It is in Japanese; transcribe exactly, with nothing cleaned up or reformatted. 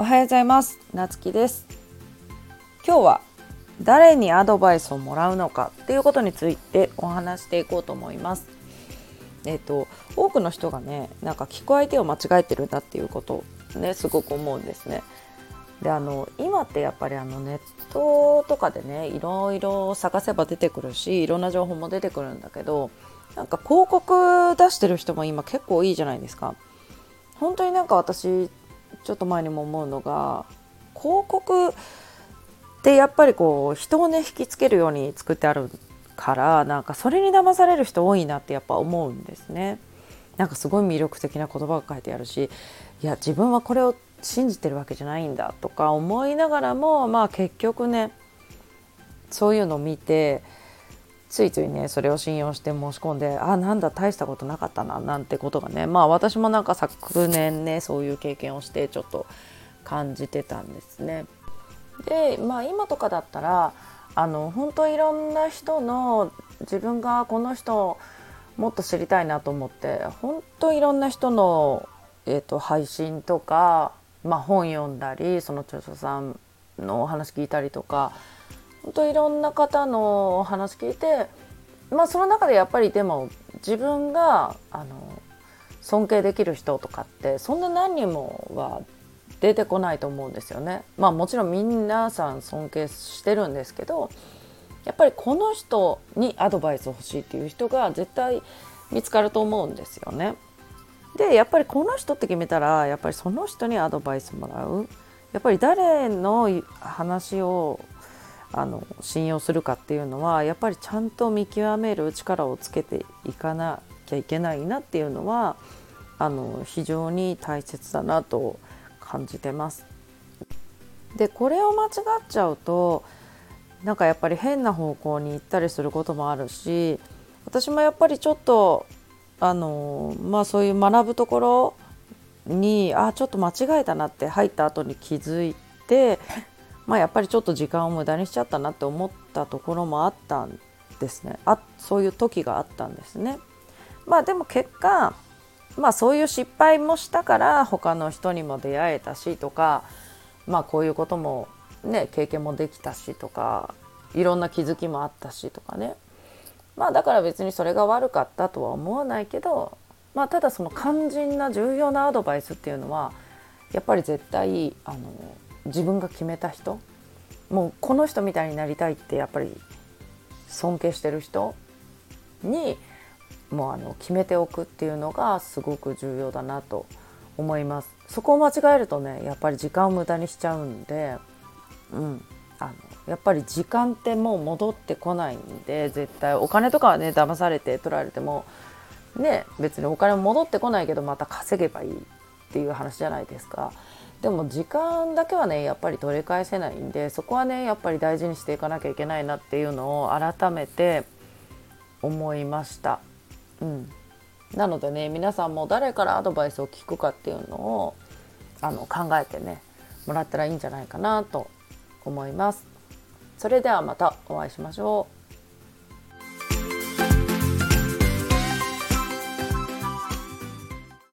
おはようございます。なつきです。今日は誰にアドバイスをもらうのかっていうことについてお話していこうと思います。えっと多くの人がね、なんか聞く相手を間違えてるんだっていうことをね、すごく思うんですね。で、あの今ってやっぱりあのネットとかでね、いろいろ探せば出てくるし、いろんな情報も出てくるんだけど、なんか広告出してる人も今結構いいじゃないですか。本当になんか私ちょっと前にも思うのが、広告ってやっぱりこう人をね引きつけるように作ってあるから、なんかそれに騙される人多いなってやっぱ思うんですね。なんかすごい魅力的な言葉が書いてあるし、いや自分はこれを信じてるわけじゃないんだとか思いながらも、まあ結局ねそういうのを見てついついねそれを信用して申し込んで、あ、なんだ大したことなかったななんてことがね、まあ私もなんか昨年ねそういう経験をしてちょっと感じてたんですね。で、まあ今とかだったらあの本当いろんな人の、自分がこの人もっと知りたいなと思って本当いろんな人の、えーと、配信とか、まあ、本読んだり、その著者さんのお話聞いたりとか、本当いろんな方のお話聞いて、まあその中でやっぱりでも自分があの尊敬できる人とかってそんな何人もは出てこないと思うんですよね。まあもちろん皆さん尊敬してるんですけど、やっぱりこの人にアドバイス欲しいっていう人が絶対見つかると思うんですよね。でやっぱりこの人って決めたら、やっぱりその人にアドバイスもらう。やっぱり誰の話をあの信用するかっていうのは、やっぱりちゃんと見極める力をつけていかなきゃいけないなっていうのは、あの非常に大切だなと感じてます。でこれを間違っちゃうと、なんかやっぱり変な方向に行ったりすることもあるし、私もやっぱりちょっとあのまあそういう学ぶところに、あちょっと間違えたなって入った後に気づいて、まあやっぱりちょっと時間を無駄にしちゃったなって思ったところもあったんですね。あそういう時があったんですね。まあでも結果、まあそういう失敗もしたから他の人にも出会えたしとか、まあこういうこともね経験もできたしとか、いろんな気づきもあったしとかね。まあだから別にそれが悪かったとは思わないけど、まあただその肝心な重要なアドバイスっていうのはやっぱり絶対あの自分が決めた人、もうこの人みたいになりたいってやっぱり尊敬してる人にもうあの決めておくっていうのがすごく重要だなと思います。そこを間違えるとね、やっぱり時間を無駄にしちゃうんで、うん、あのやっぱり時間ってもう戻ってこないんで、絶対お金とかはね騙されて取られてもね、別にお金も戻ってこないけどまた稼げばいいっていう話じゃないですか。でも時間だけはねやっぱり取り返せないんで、そこはねやっぱり大事にしていかなきゃいけないなっていうのを改めて思いました。うん、なのでね、皆さんも誰からアドバイスを聞くかっていうのをあの考えてねもらったらいいんじゃないかなと思います。それではまたお会いしましょう。